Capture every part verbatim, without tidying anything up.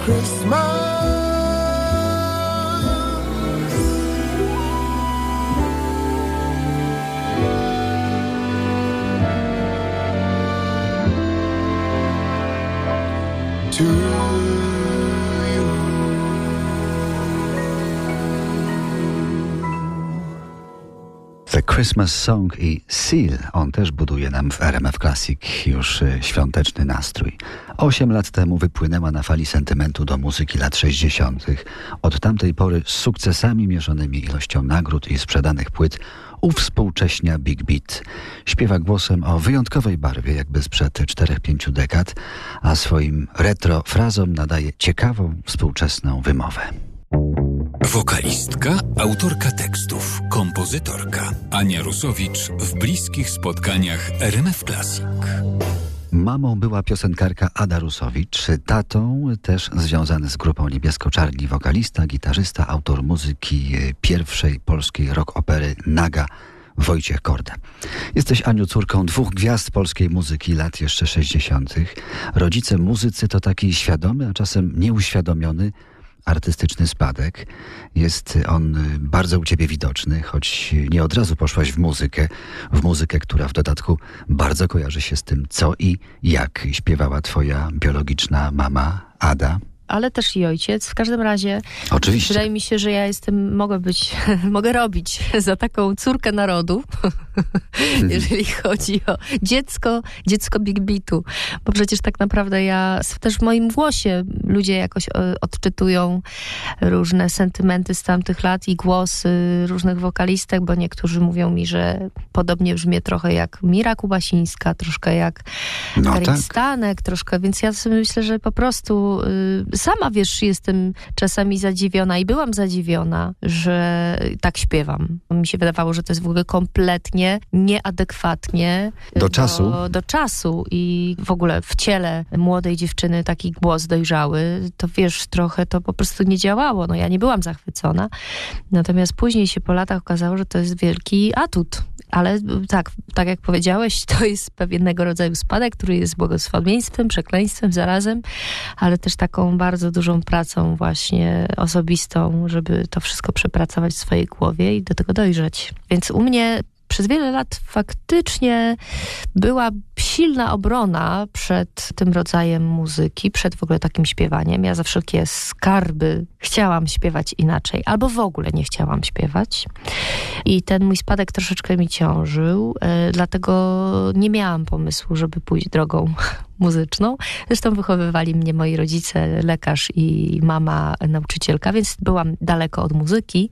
Christmas to you. The Christmas Song i Seal, on też buduje nam w R M F Classic już świąteczny nastrój. Osiem lat temu wypłynęła na fali sentymentu do muzyki lat sześćdziesiątych. Od tamtej pory z sukcesami mierzonymi ilością nagród i sprzedanych płyt uwspółcześnia Big Beat. Śpiewa głosem o wyjątkowej barwie, jakby sprzed czterech pięciu dekad, a swoim retro frazom nadaje ciekawą, współczesną wymowę. Wokalistka, autorka tekstów, kompozytorka Ania Rusowicz w bliskich spotkaniach R M F Classic. Mamą była piosenkarka Ada Rusowicz, tatą też związany z grupą Niebiesko-Czarni wokalista, gitarzysta, autor muzyki pierwszej polskiej rock-opery Naga Wojciech Korda. Jesteś, Aniu, córką dwóch gwiazd polskiej muzyki lat jeszcze sześćdziesiątych. Rodzice muzycy to taki świadomy, a czasem nieuświadomiony artystyczny spadek. Jest on bardzo u ciebie widoczny, choć nie od razu poszłaś w muzykę, w muzykę, która w dodatku bardzo kojarzy się z tym, co i jak śpiewała twoja biologiczna mama Ada. Ale też i ojciec. W każdym razie oczywiście wydaje mi się, że ja jestem, mogę być, mogę robić za taką córkę narodu, hmm. jeżeli chodzi o dziecko, dziecko Big Beatu. Bo przecież tak naprawdę ja, też w moim głosie ludzie jakoś odczytują różne sentymenty z tamtych lat i głosy różnych wokalistek, bo niektórzy mówią mi, że podobnie brzmię trochę jak Mira Kubasińska, troszkę jak no Karin tak. Stanek, troszkę, więc ja sobie myślę, że po prostu y, sama, wiesz, jestem czasami zadziwiona i byłam zadziwiona, że tak śpiewam. Mi się wydawało, że to jest w ogóle kompletnie nieadekwatnie do, do czasu. do czasu i w ogóle w ciele młodej dziewczyny taki głos dojrzały, to wiesz, trochę to po prostu nie działało. No ja nie byłam zachwycona. Natomiast później się po latach okazało, że to jest wielki atut. Ale tak, tak jak powiedziałeś, to jest pewnego rodzaju spadek, który jest błogosławieństwem, przekleństwem zarazem, ale też taką bardzo dużą pracą właśnie osobistą, żeby to wszystko przepracować w swojej głowie i do tego dojrzeć. Więc u mnie przez wiele lat faktycznie była silna obrona przed tym rodzajem muzyki, przed w ogóle takim śpiewaniem. Ja za wszelkie skarby chciałam śpiewać inaczej, albo w ogóle nie chciałam śpiewać. I ten mój spadek troszeczkę mi ciążył, yy, dlatego nie miałam pomysłu, żeby pójść drogą muzyczną. Zresztą wychowywali mnie moi rodzice, lekarz i mama nauczycielka, więc byłam daleko od muzyki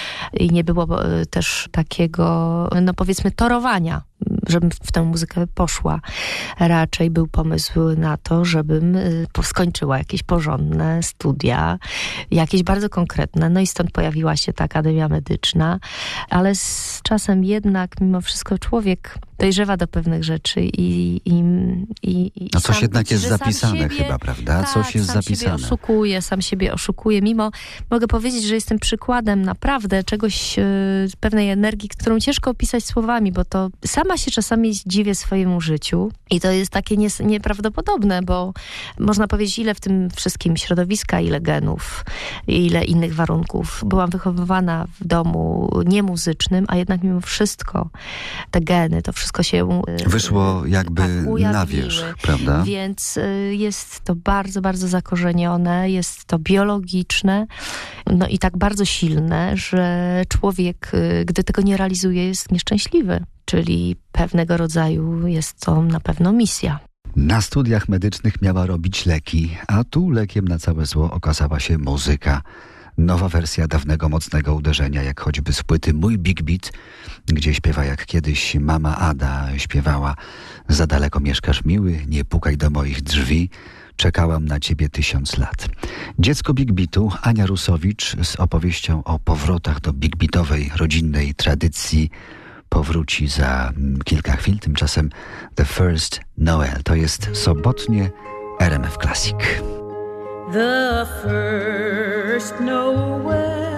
i nie było też takiego, no powiedzmy, torowania, żebym w tę muzykę poszła. Raczej był pomysł na to, żebym skończyła jakieś porządne studia, jakieś bardzo konkretne. No i stąd pojawiła się ta Akademia Medyczna, ale z czasem jednak mimo wszystko człowiek dojrzewa do pewnych rzeczy i... i, i, i no coś sam, jednak jest sam zapisane siebie, chyba, prawda? Tak, coś jest sam zapisane. Siebie oszukuje, sam siebie oszukuje. Mimo, mogę powiedzieć, że jestem przykładem naprawdę czegoś, yy, pewnej energii, którą ciężko opisać słowami, bo to sama się czasami dziwię swojemu życiu i to jest takie nies- nieprawdopodobne, bo można powiedzieć, ile w tym wszystkim środowiska, ile genów, ile innych warunków. Byłam wychowywana w domu niemuzycznym, a jednak mimo wszystko te geny, to wszystko się wyszło jakby tak, na wierzch, prawda? Więc jest to bardzo, bardzo zakorzenione, jest to biologiczne, no i tak bardzo silne, że człowiek, gdy tego nie realizuje, jest nieszczęśliwy. Czyli pewnego rodzaju jest to na pewno misja. Na studiach medycznych miała robić leki, a tu lekiem na całe zło okazała się muzyka. Nowa wersja dawnego mocnego uderzenia, jak choćby z płyty Mój Big Beat, gdzie śpiewa jak kiedyś mama Ada śpiewała: za daleko mieszkasz, miły, nie pukaj do moich drzwi, czekałam na ciebie tysiąc lat. Dziecko Big Beatu, Ania Rusowicz, z opowieścią o powrotach do big beatowej rodzinnej tradycji powróci za kilka chwil. Tymczasem The First Noel. To jest sobotnie R M F Classic. The first Noel